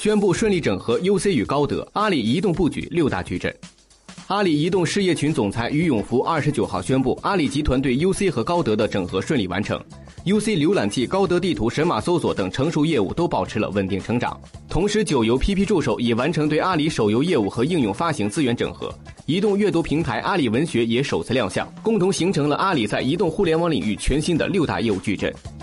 宣布顺利整合 UC 与高德，阿里移动布局6大矩阵。阿里移动事业群总裁于永福29号宣布，阿里集团对 UC 和高德的整合顺利完成。UC 浏览器、高德地图、神马搜索等成熟业务都保持了稳定成长。同时，九游 PP 助手已完成对阿里手游业务和应用发行资源整合。移动阅读平台阿里文学也首次亮相，共同形成了阿里在移动互联网领域全新的6大业务矩阵。